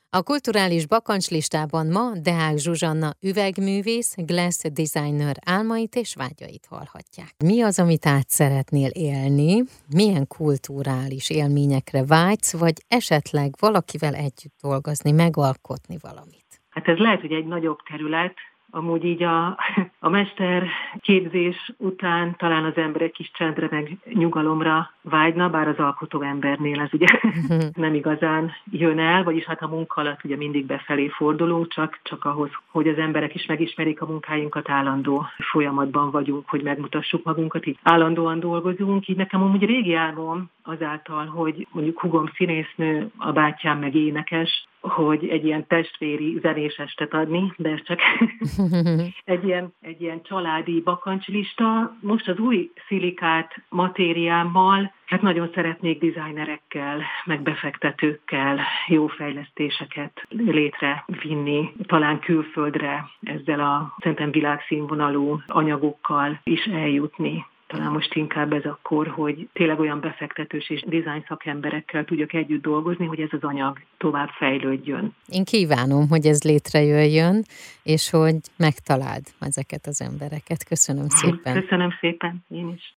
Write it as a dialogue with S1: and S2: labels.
S1: A kulturális bakancslistában ma Deák Zsuzsanna üvegművész, glass designer álmait és vágyait hallhatják. Mi az, amit át szeretnél élni? Milyen kulturális élményekre vágysz, vagy esetleg valakivel együtt dolgozni, megalkotni valamit?
S2: Hát ez lehet, hogy egy nagyobb terület. Amúgy így a mesterképzés után talán az ember egy kis csendre meg nyugalomra vágyna, bár az alkotó embernél ez ugye nem igazán jön el, vagyis hát a munka alatt ugye mindig befelé fordulunk, csak ahhoz, hogy az emberek is megismerik a munkáinkat, állandó folyamatban vagyunk, hogy megmutassuk magunkat, így állandóan dolgozunk. Így nekem amúgy régi álmom azáltal, hogy mondjuk húgom színésznő, a bátyám meg énekes, hogy egy ilyen testvéri zenés estet adni, de ez csak egy ilyen családi bakancslista. Most az új szilikát matériámmal, hát nagyon szeretnék designerekkel, meg befektetőkkel jó fejlesztéseket létrevinni, talán külföldre ezzel a szerintem világszínvonalú anyagokkal is eljutni. Talán most inkább ez akkor, hogy tényleg olyan befektetős és design szakemberekkel tudjak együtt dolgozni, hogy ez az anyag tovább fejlődjön.
S1: Én kívánom, hogy ez létrejöjjön, és hogy megtaláld ezeket az embereket. Köszönöm szépen.
S2: Köszönöm szépen, én is.